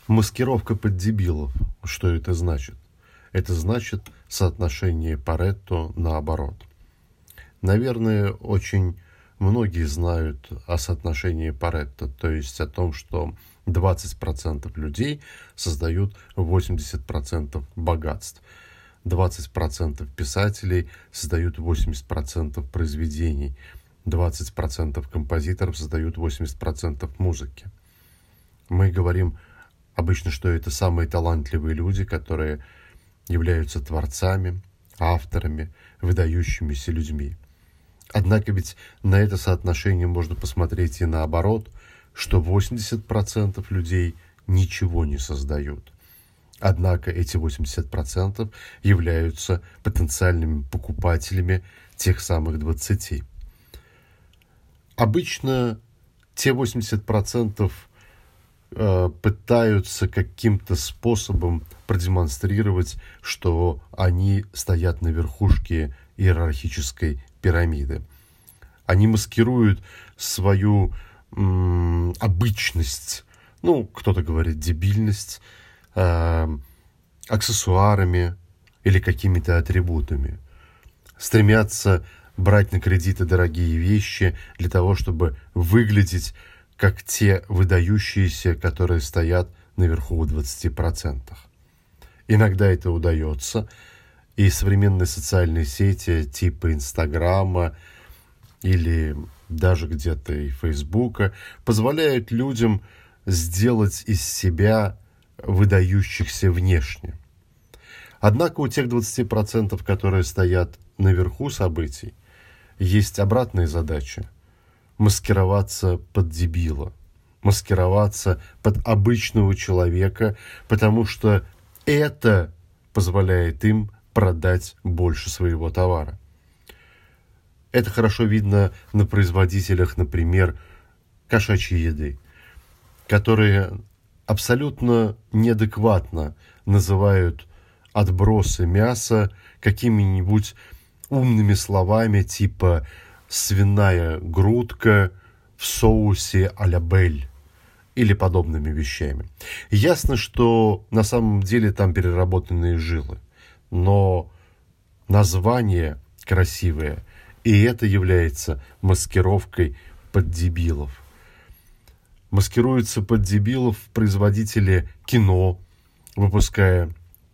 Маскировка под дебилов. Что это значит? Это значит соотношение Паретто наоборот. Наверное, очень многие знают о соотношении Паретто, то есть о том, что 20% людей создают 80% богатств. 20% писателей создают 80% произведений. 20% композиторов создают 80% музыки. Мы говорим обычно, что это самые талантливые люди, которые являются творцами, авторами, выдающимися людьми. Однако ведь на это соотношение можно посмотреть и наоборот, что 80% людей ничего не создают. Однако эти 80% являются потенциальными покупателями тех самых 20%. Обычно те 80% пытаются каким-то способом продемонстрировать, что они стоят на верхушке иерархической пирамиды. Они маскируют свою обычность, кто-то говорит дебильность, аксессуарами или какими-то атрибутами. Стремятся брать на кредиты дорогие вещи для того, чтобы выглядеть как те выдающиеся, которые стоят наверху в 20%. Иногда это удается, и современные социальные сети типа Инстаграма или даже где-то и Фейсбука позволяют людям сделать из себя выдающихся внешне. Однако у тех 20%, которые стоят наверху событий, есть обратная задача – маскироваться под дебила, маскироваться под обычного человека, потому что это позволяет им продать больше своего товара. Это хорошо видно на производителях, например, кошачьей еды, которые абсолютно неадекватно называют отбросы мяса какими-нибудь умными словами типа «свиная грудка в соусе а-ля Бель» или подобными вещами. Ясно, что на самом деле там переработанные жилы, но название красивое, и это является маскировкой под дебилов. Маскируются под дебилов производители кино, выпуская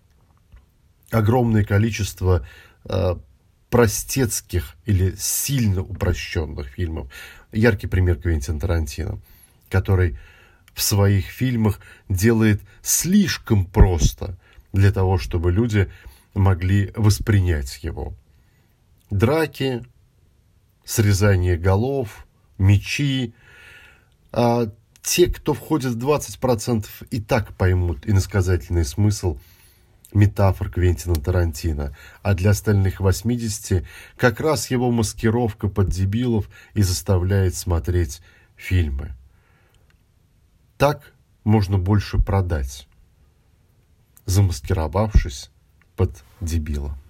огромное количество простецких или сильно упрощенных фильмов. Яркий пример Квентин Тарантино, который в своих фильмах делает слишком просто для того, чтобы люди могли воспринять его. Драки, срезание голов, мечи. А те, кто входит в 20%, и так поймут иносказательный смысл метафор Квентина Тарантино, а для остальных 80% как раз его маскировка под дебилов и заставляет смотреть фильмы. Так можно больше продать, замаскировавшись под дебила.